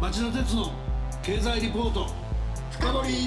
町田鉄の経済リポート深掘り。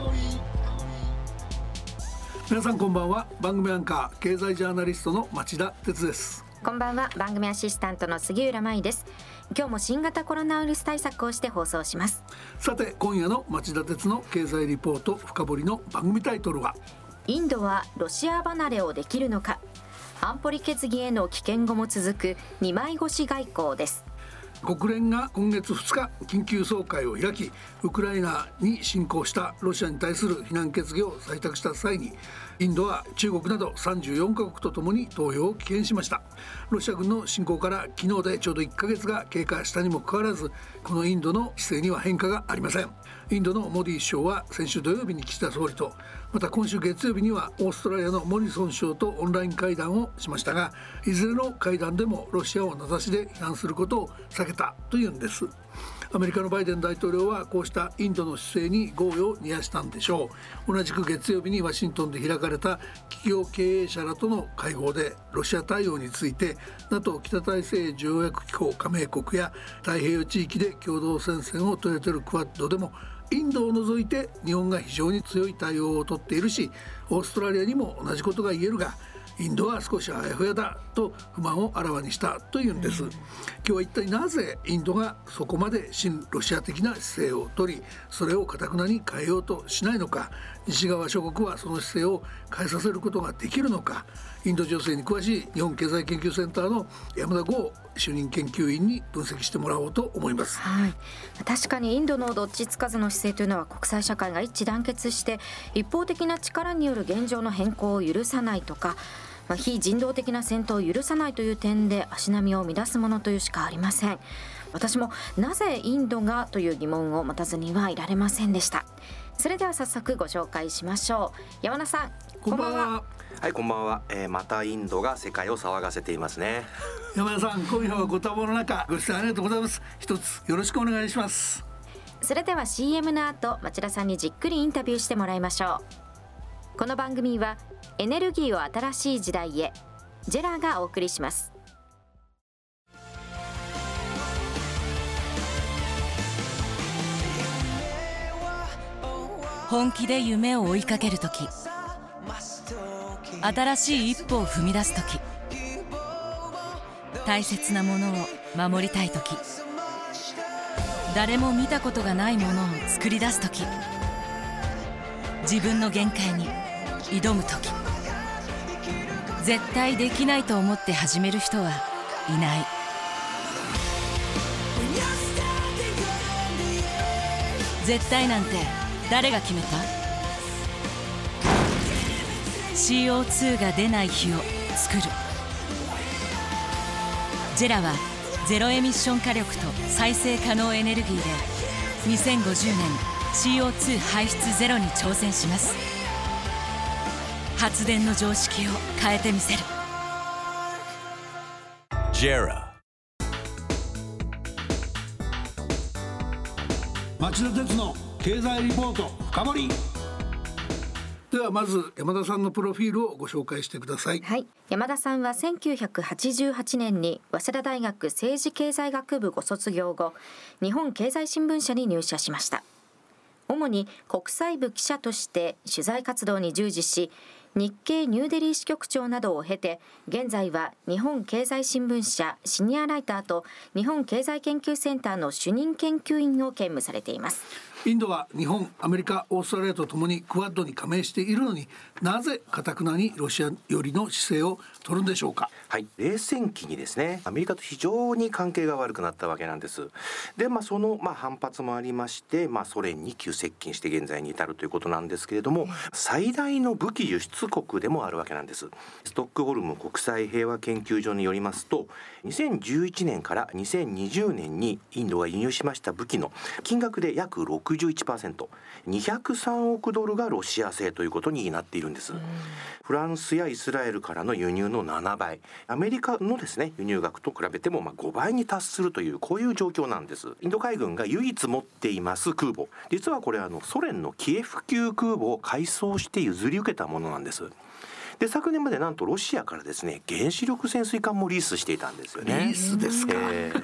皆さんこんばんは。番組アンカー経済ジャーナリストの町田鉄です。 こんばんは。番組アシスタントの杉浦舞です。今日も新型コロナウイルス対策をして放送します。 さて今夜の町田鉄の経済リポート深掘りの番組タイトルは、 インドはロシア離れをできるのか、安保理決議への棄権後も続く二枚越し外交です。 国連が今月2日緊急総会を開き、ウクライナに侵攻したロシアに対する非難決議を採択した際に、インドは中国など34カ国とともに投票を棄権しました。ロシア軍の侵攻から昨日でちょうど1ヶ月が経過したにもかかわらず、このインドの姿勢には変化がありません。インドのモディ首相は先週土曜日に岸田総理と、また今週月曜日にはオーストラリアのモリソン首相とオンライン会談をしましたが、いずれの会談でもロシアを名指しで批判することを避けたというんです。アメリカのバイデン大統領はこうしたインドの姿勢に豪意を煮やしたんでしょう。同じく月曜日にワシントンで開かれた企業経営者らとの会合で、ロシア対応について NATO 北大西洋条約機構加盟国や太平洋地域で共同戦線を取れているクアッドでも、インドを除いて日本が非常に強い対応をとっているし、オーストラリアにも同じことが言えるが、インドは少しあやふやだと不満をあらわにしたというんです。今日は一体なぜインドがそこまで親ロシア的な姿勢を取り、それを堅くなに変えようとしないのか、西側諸国はその姿勢を変えさせることができるのか、インド情勢に詳しい日本経済研究センターの山田剛主任研究員に分析してもらおうと思います。 確かにインドのどっちつかずの姿勢というのは、国際社会が一致団結して一方的な力による現状の変更を許さないとか、非人道的な戦闘を許さないという点で足並みを乱すものというしかありません。私もなぜインドがという疑問を持たずにはいられませんでした。それでは早速ご紹介しましょう。山田さん、 こんばんは。 はい、こんばんは。またインドが世界を騒がせていますね。 山田さん、今夜はご多忙の中ご出演ありがとうございます。一つよろしくお願いします。 それでは CM の後、町田さんにじっくりインタビューしてもらいましょう。この番組はエネルギーを新しい時代へ、ジェラがお送りします。 本気で夢を追いかけるとき、新しい一歩を踏み出すとき、大切なものを守りたいとき、誰も見たことがないものを作り出すとき、自分の限界に挑むとき、絶対できないと思って始める人はいない。絶対なんて誰が決めた？ CO2 が出ない日を作る。ジェラはゼロエミッション火力と再生可能エネルギーで2050年 CO2 排出ゼロに挑戦します。発電の常識を変えてみせる。 JERA 町田鉄の経済リポート深掘り。ではまず山田さんのプロフィールをご紹介してください。 山田さんは1988年に早稲田大学政治経済学部ご卒業後、日本経済新聞社に入社しました。主に国際部記者として取材活動に従事し、日経ニューデリー支局長などを経て、現在は日本経済新聞社シニアライターと日本経済研究センターの主任研究員を兼務されています。 インドは日本、アメリカ、オーストラリアとともにクアッドに加盟しているのに、なぜ堅くなにロシア寄りの姿勢を取るんでしょうか。 冷戦期にですね、アメリカと非常に関係が悪くなったわけなんです。で、その反発もありまして、ソ連に急接近して現在に至るということなんですけれども、最大の武器輸出国でもあるわけなんです。ストックホルム国際平和研究所によりますと、2011年から2020年にインドが輸入しました武器の金額で約61%、203億ドルがロシア製ということになっているんです。フランスやイスラエルからの輸入の7倍、アメリカのですね輸入額と比べても5倍に達するという、こういう状況なんです。インド海軍が唯一持っています空母、実はこれソ連のキエフ級空母を改装して譲り受けたものなんです。で、昨年までなんとロシアからですね原子力潜水艦もリースしていたんですよね。 リースですか。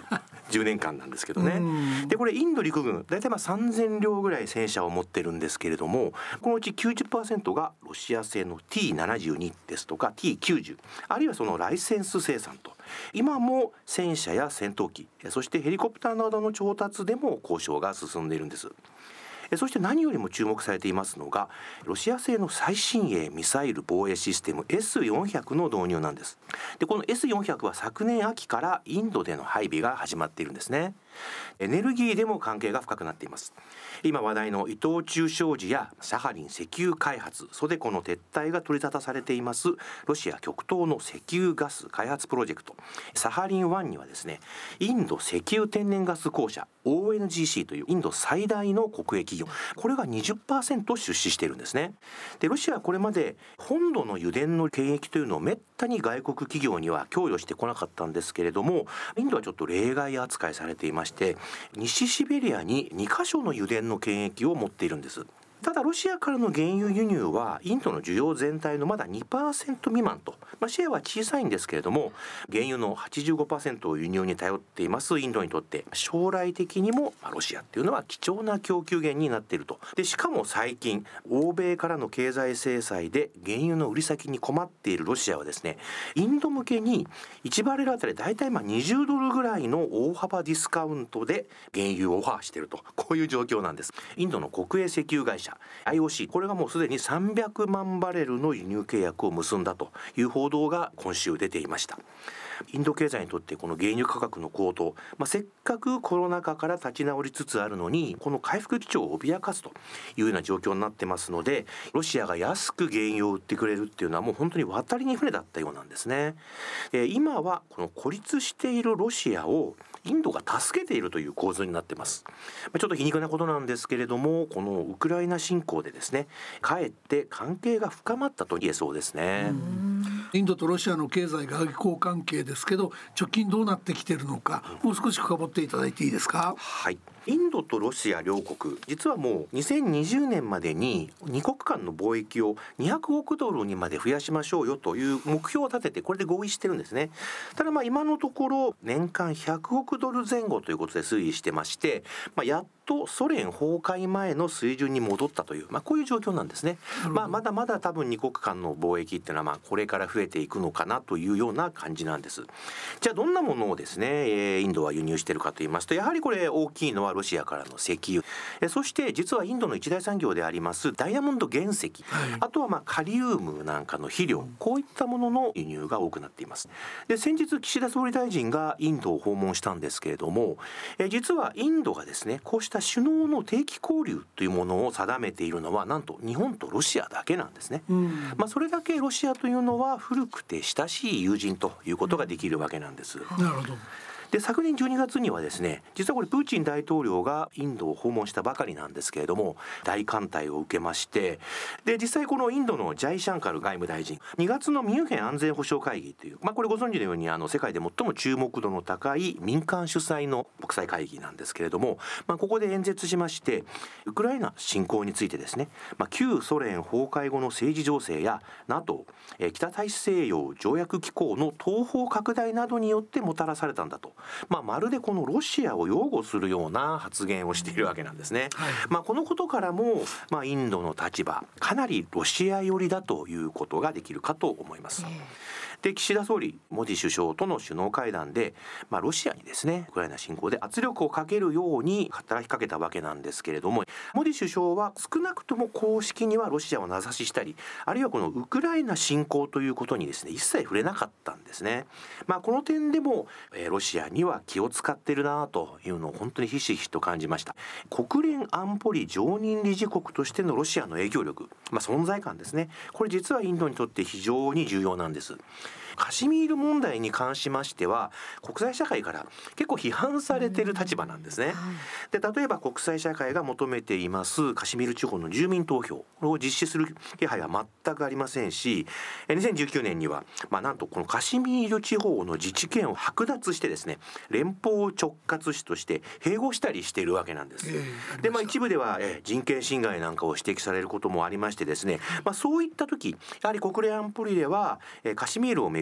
10年間なんですけどね。でこれインド陸軍大体3000両ぐらい戦車を持ってるんですけれども、このうち 90% がロシア製の T72 ですとか T90 あるいはそのライセンス生産と、今も戦車や戦闘機そしてヘリコプターなどの調達でも交渉が進んでいるんです。そして何よりも注目されていますのがロシア製の最新鋭ミサイル防衛システム S400 の導入なんです。でこの S400 は昨年秋からインドでの配備が始まっているんですね。エネルギーでも関係が深くなっています。今話題の伊藤忠商事やサハリン石油開発、ソデコの撤退が取り沙汰されていますロシア極東の石油ガス開発プロジェクトサハリン1にはですね、インド石油天然ガス公社 ONGC というインド最大の国営企業、これが 20% 出資しているんですね。でロシアはこれまで本土の油田の権益というのをめったに外国企業には供与してこなかったんですけれども、インドはちょっと例外扱いされていまして、西シベリアに2カ所の油田の権益を持っているんです。ただロシアからの原油輸入はインドの需要全体のまだ 2% 未満と、シェアは小さいんですけれども、原油の 85% を輸入に頼っていますインドにとって将来的にもロシアっていうのは貴重な供給源になっていると。でしかも最近欧米からの経済制裁で原油の売り先に困っているロシアはですね、インド向けに1バレルあたりだいたい20ドルぐらいの大幅ディスカウントで原油をオファーしていると、こういう状況なんです。インドの国営石油会社IOC、これがもうすでに300万バレルの輸入契約を結んだという報道が今週出ていました。インド経済にとってこの原油価格の高騰、せっかくコロナ禍から立ち直りつつあるのにこの回復基調を脅かすというような状況になってますので、ロシアが安く原油を売ってくれるっていうのはもう本当に渡りに船だったようなんですね。今はこの孤立しているロシアをインドが助けているという構図になっています。ちょっと皮肉なことなんですけれども、このウクライナ侵攻でですね、かえって関係が深まったと言えそうですね。 インドとロシアの経済外交関係ですけど、直近どうなってきているのか、もう少し深掘っていただいていいですか。 はい、インドとロシア両国、実はもう2020年までに2国間の貿易を200億ドルにまで増やしましょうよという目標を立てて、これで合意してるんですね。ただ今のところ年間100億ドル前後ということで推移してまして、やっとソ連崩壊前の水準に戻ったという、こういう状況なんですね。まだまだ多分2国間の貿易っていうのはこれから増えていくのかなというような感じなんです。じゃあどんなものをですね、インドは輸入しているかといいますと、やはりこれ大きいのはロシアからの石油、そして実はインドの一大産業でありますダイヤモンド原石、あとはカリウムなんかの肥料、こういったものの輸入が多くなっています。で先日岸田総理大臣がインドを訪問したんですけれども、実はインドがですね、こうした首脳の定期交流というものを定めているのはなんと日本とロシアだけなんですね。それだけロシアというのは古くて親しい友人ということができるわけなんです。 なるほど。 で昨年12月にはですね、実はこれプーチン大統領がインドを訪問したばかりなんですけれども、大歓待を受けまして、で実際このインドのジャイシャンカル外務大臣、2月のミュンヘン安全保障会議という、これご存知のように世界で最も注目度の高い民間主催の国際会議なんですけれども、ここで演説しまして、ウクライナ侵攻についてですね、旧ソ連崩壊後の政治情勢や NATO、北大西洋条約機構の東方拡大などによってもたらされたんだと、まるでこのロシアを擁護するような発言をしているわけなんですね。このことからも、インドの立場かなりロシア寄りだということができるかと思います。で岸田総理、モディ首相との首脳会談で、ロシアにですね、ウクライナ侵攻で圧力をかけるように働きかけたわけなんですけれども、モディ首相は少なくとも公式にはロシアを名指ししたり、あるいはこのウクライナ侵攻ということにですね、一切触れなかったんですね。この点でも、ロシアには気を使ってるなというのを本当にひしひしと感じました。国連安保理常任理事国としてのロシアの影響力、存在感ですね、これ実はインドにとって非常に重要なんです。カシミール問題に関しましては国際社会から結構批判されている立場なんですね。で例えば国際社会が求めていますカシミール地方の住民投票を実施する気配は全くありませんし、2019年には、なんとこのカシミール地方の自治権を剥奪してですね、連邦直轄市として併合したりしているわけなんです。で一部では人権侵害なんかを指摘されることもありましてですね、そういった時やはり国連安保理ではカシミールをめぐ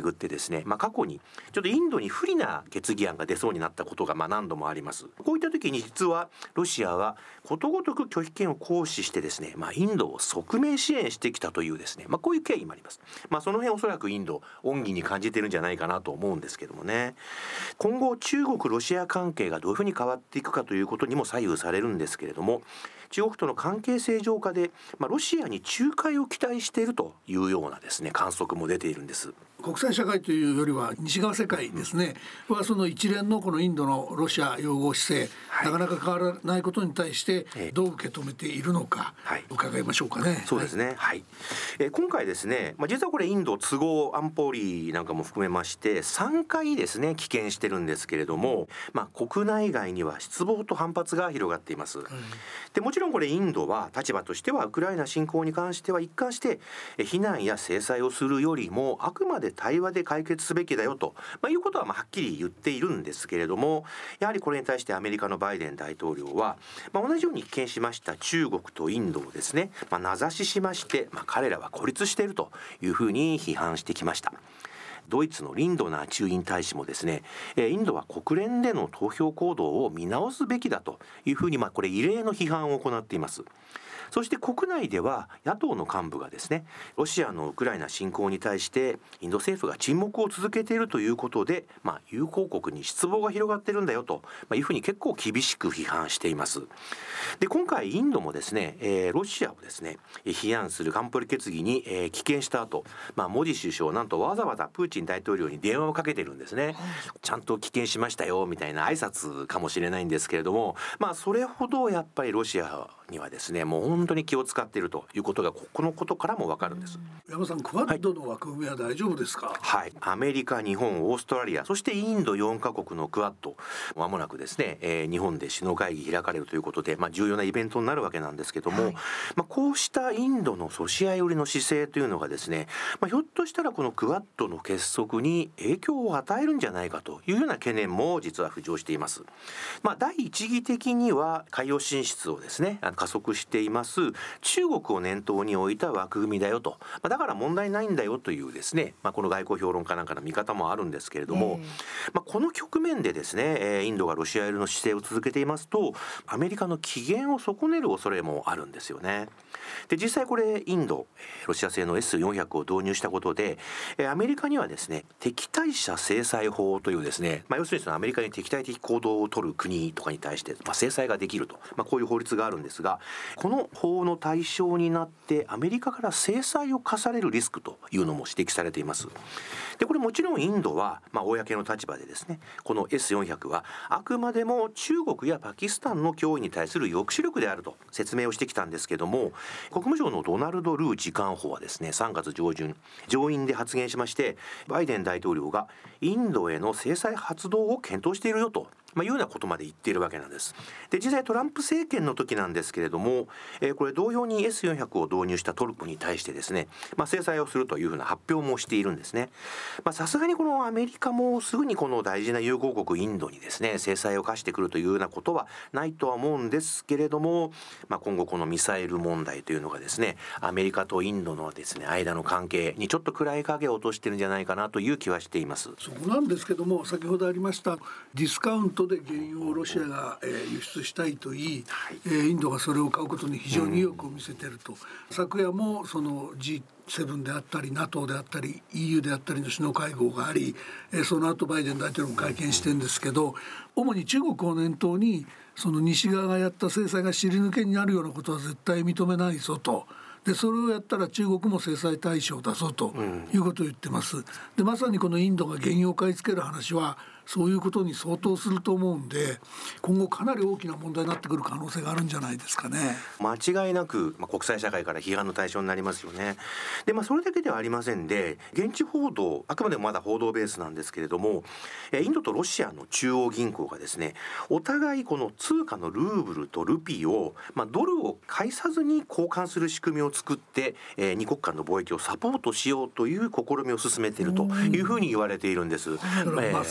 めぐってですね、過去にちょっとインドに不利な決議案が出そうになったことが何度もあります。こういった時に実はロシアはことごとく拒否権を行使してですね、インドを側面支援してきたというですね、こういう経緯もあります。その辺おそらくインド恩義に感じてるんじゃないかなと思うんですけどもね。今後中国ロシア関係がどういうふうに変わっていくかということにも左右されるんですけれども、中国との関係正常化で、ロシアに仲介を期待しているというようなですね観測も出ているんです。 国際社会というよりは西側世界ですね、はその一連のこのインドのロシア擁護姿勢、なかなか変わらないことに対してどう受け止めているのか、伺いましょうかね。 そうですね、今回ですね、実はこれインド都合安保理なんかも含めまして3回ですね棄権してるんですけれども、国内外には失望と反発が広がっています。でもちろんこれインドは立場としてはウクライナ侵攻に関しては一貫して非難や制裁をするよりもあくまで対話で解決すべきだよと、いうことははっきり言っているんですけれども、やはりこれに対してアメリカのバイデン大統領は、同じように棄権しました中国とインドをですね、名指ししまして、彼らは孤立しているというふうに批判してきました。ドイツのリンドナー駐印大使もですね、インドは国連での投票行動を見直すべきだというふうにこれ異例の批判を行っています。そして国内では野党の幹部がですね、ロシアのウクライナ侵攻に対してインド政府が沈黙を続けているということで、友好国に失望が広がっているんだよというふうに結構厳しく批判しています。で今回インドもですね、ロシアをですね批判する安保理決議に棄権した後、モディ首相なんとわざわざプーチン大統領に電話をかけてるんですね。ちゃんと棄権しましたよみたいな挨拶かもしれないんですけれども、それほどやっぱりロシアにはですねもう本当に気を使っているということがこのことからも分かるんです。 山さん、クアッドの枠組みは大丈夫ですか？ アメリカ、日本、オーストラリア、そしてインド4カ国のクアッド、まもなくですね、日本で首脳会議開かれるということで、重要なイベントになるわけなんですけども、こうしたインドのロシア寄りの姿勢というのがですね、ひょっとしたらこのクアッドの結束に影響を与えるんじゃないかというような懸念も実は浮上しています。第一義的には海洋進出をですね加速しています中国を念頭に置いた枠組みだよと、だから問題ないんだよというですね、この外交評論家なんかの見方もあるんですけれども、この局面でですねインドがロシア寄りの姿勢を続けていますとアメリカの機嫌を損ねる恐れもあるんですよね。で実際これインドロシア製の S400 を導入したことでアメリカにはですね敵対者制裁法というですね、要するにそのアメリカに敵対的行動を取る国とかに対して、制裁ができると、こういう法律があるんですが、この法の対象になってアメリカから制裁を科されるリスクというのも指摘されています。でこれもちろんインドは、公の立場でですねこの S400 はあくまでも中国やパキスタンの脅威に対する抑止力であると説明をしてきたんですけども、国務省のドナルド・ルー次官補はですね3月上旬上院で発言しまして、バイデン大統領がインドへの制裁発動を検討しているよというようなことまで言っているわけなんです。で実際トランプ政権の時なんですけれども、これ同様に S400 を導入したトルコに対してですね、制裁をするというふうな発表もしているんですね。さすがにこのアメリカもすぐにこの大事な友好国インドにですね制裁を科してくるというようなことはないとは思うんですけれども、今後このミサイル問題というのがですねアメリカとインドのですね間の関係にちょっと暗い影を落としてるんじゃないかなという気はしています。 そこなんですけども、先ほどありましたディスカウントで原油をロシアが輸出したいといい、インドがそれを買うことに非常に意欲を見せていると、昨夜もその G7 であったり NATO であったり EU であったりの首脳会合があり、その後バイデン大統領も会見してるんですけど、主に中国を念頭にその西側がやった制裁が尻抜けになるようなことは絶対認めないぞと。でそれをやったら中国も制裁対象だぞということを言ってます。でまさにこのインドが原油を買い付ける話はそういうことに相当すると思うんで、今後かなり大きな問題になってくる可能性があるんじゃないですかね。 間違いなく、国際社会から批判の対象になりますよね。で、それだけではありませんで、現地報道、あくまでもまだ報道ベースなんですけれども、インドとロシアの中央銀行がですねお互いこの通貨のルーブルとルピーを、ドルを介さずに交換する仕組みを作って、二国間の貿易をサポートしようという試みを進めているというふうに言われているんです。 ますます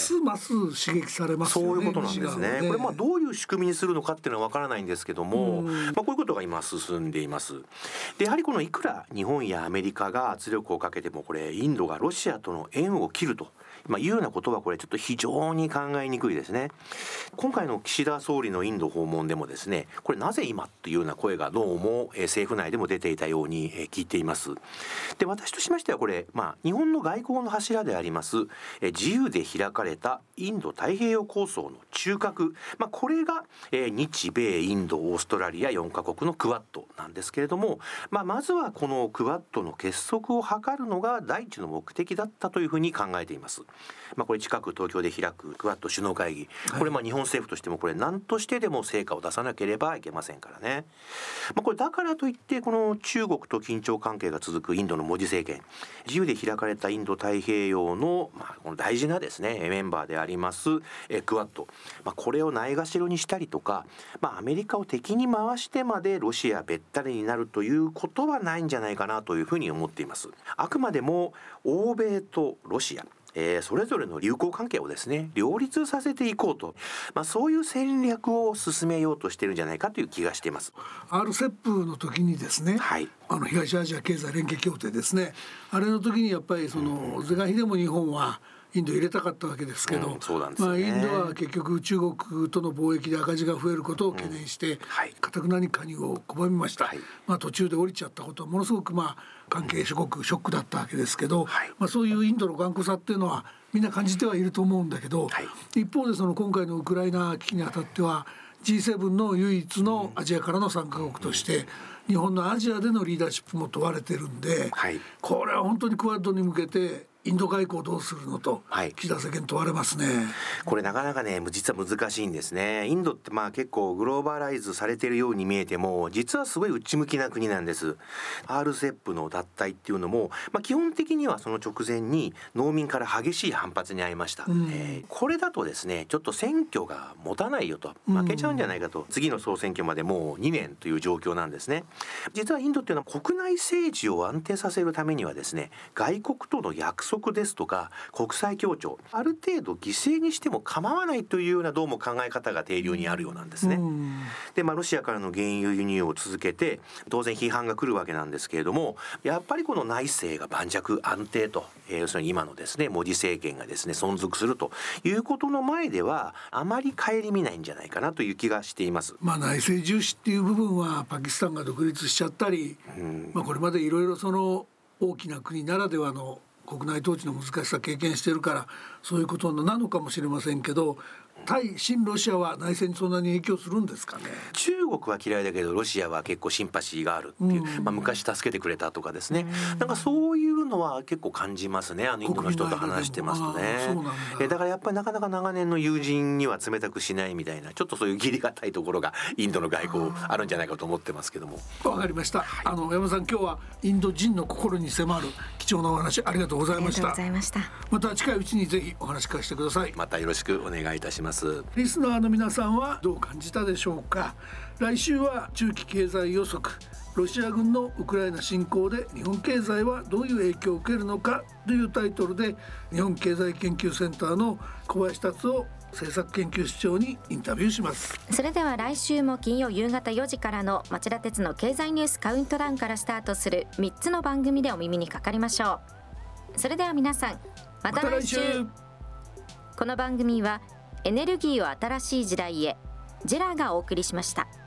ます刺激されますよね。 そういうことなんですね。これどういう仕組みにするのかっていうのは分からないんですけども、こういうことが今進んでいます。でやはりこのいくら日本やアメリカが圧力をかけてもこれインドがロシアとの縁を切るというようなことはこれちょっと非常に考えにくいですね。今回の岸田総理のインド訪問でもですね、これなぜ今というような声がどうも政府内でも出ていたように聞いています。で私としましてはこれ、日本の外交の柱であります自由で開かれたインド太平洋構想の中核、これが日米インドオーストラリア4カ国のクアッドなんですけれども、まずはこのクアッドの結束を図るのが第一の目的だったというふうに考えています。これ近く東京で開くクアッド首脳会議、これ日本政府としてもこれ何としてでも成果を出さなければいけませんからね。これだからといってこの中国と緊張関係が続くインドのモディ政権、自由で開かれたインド太平洋の、この大事なですねメンバーでありますクアッド、これをないがしろにしたりとか、アメリカを敵に回してまでロシアべったりになるということはないんじゃないかなというふうに思っています。あくまでも欧米とロシアそれぞれの友好関係をですね両立させていこうと、そういう戦略を進めようとしているんじゃないかという気がしています。 RCEP の時にですね、東アジア経済連携協定ですね、あれの時にやっぱり是が非でも日本はインド入れたかったわけですけど、 そうなんですよね。 インドは結局中国との貿易で赤字が増えることを懸念して固くなに加入を拒みました。途中で降りちゃったことはものすごく関係諸国ショックだったわけですけど、そういうインドの頑固さっていうのはみんな感じてはいると思うんだけど、一方で今回のウクライナ危機にあたっては G7 の唯一のアジアからの参加国として日本のアジアでのリーダーシップも問われてるんで、これは本当にクアッドに向けてインド外交どうするのと岸田政権問われますね。 これなかなかね実は難しいんですね。インドって結構グローバライズされているように見えても実はすごい内向きな国なんです。 RCEP の脱退っていうのも、基本的にはその直前に農民から激しい反発に遭いました。これだとですねちょっと選挙が持たないよと、負けちゃうんじゃないかと、次の総選挙までもう2年という状況なんですね。実はインドっていうのは国内政治を安定させるためにはですね外国との約束ですとか国際協調ある程度犠牲にしても構わないというようなどうも考え方が定流にあるようなんですね。で、ロシアからの原油輸入を続けて当然批判が来るわけなんですけれども、やっぱりこの内政が盤石安定と、要するに今のですねモディ政権がですね存続するということの前ではあまり顧みないんじゃないかなという気がしています。 内政重視っていう部分はパキスタンが独立しちゃったり、これまでいろいろ大きな国ならではの国内統治の難しさ経験してるからそういうことなのかもしれませんけど、対親ロシアは内戦にそんなに影響するんですかね。 中国は嫌いだけどロシアは結構シンパシーがあるっていう、昔助けてくれたとかですね、なんかそういうのは結構感じますね。インドの人と話してますとね。だからやっぱりなかなか長年の友人には冷たくしないみたいな、ちょっとそういう義理がたいところがインドの外交あるんじゃないかと思ってますけども。 わかりました。山さん、今日はインド人の心に迫る貴重なお話ありがとうございました。また近いうちにぜひお話聞かせてください。 またよろしくお願いいたします。 リスナーの皆さんはどう感じたでしょうか。来週は中期経済予測、ロシア軍のウクライナ侵攻で日本経済はどういう影響を受けるのかというタイトルで日本経済研究センターの小林達夫政策研究室長にインタビューします。 それでは来週も金曜夕方4時からの町田鉄の経済ニュースカウントダウンからスタートする3つの番組でお耳にかかりましょう。それでは皆さんまた来週。この番組はエネルギーを新しい時代へジェラがお送りしました。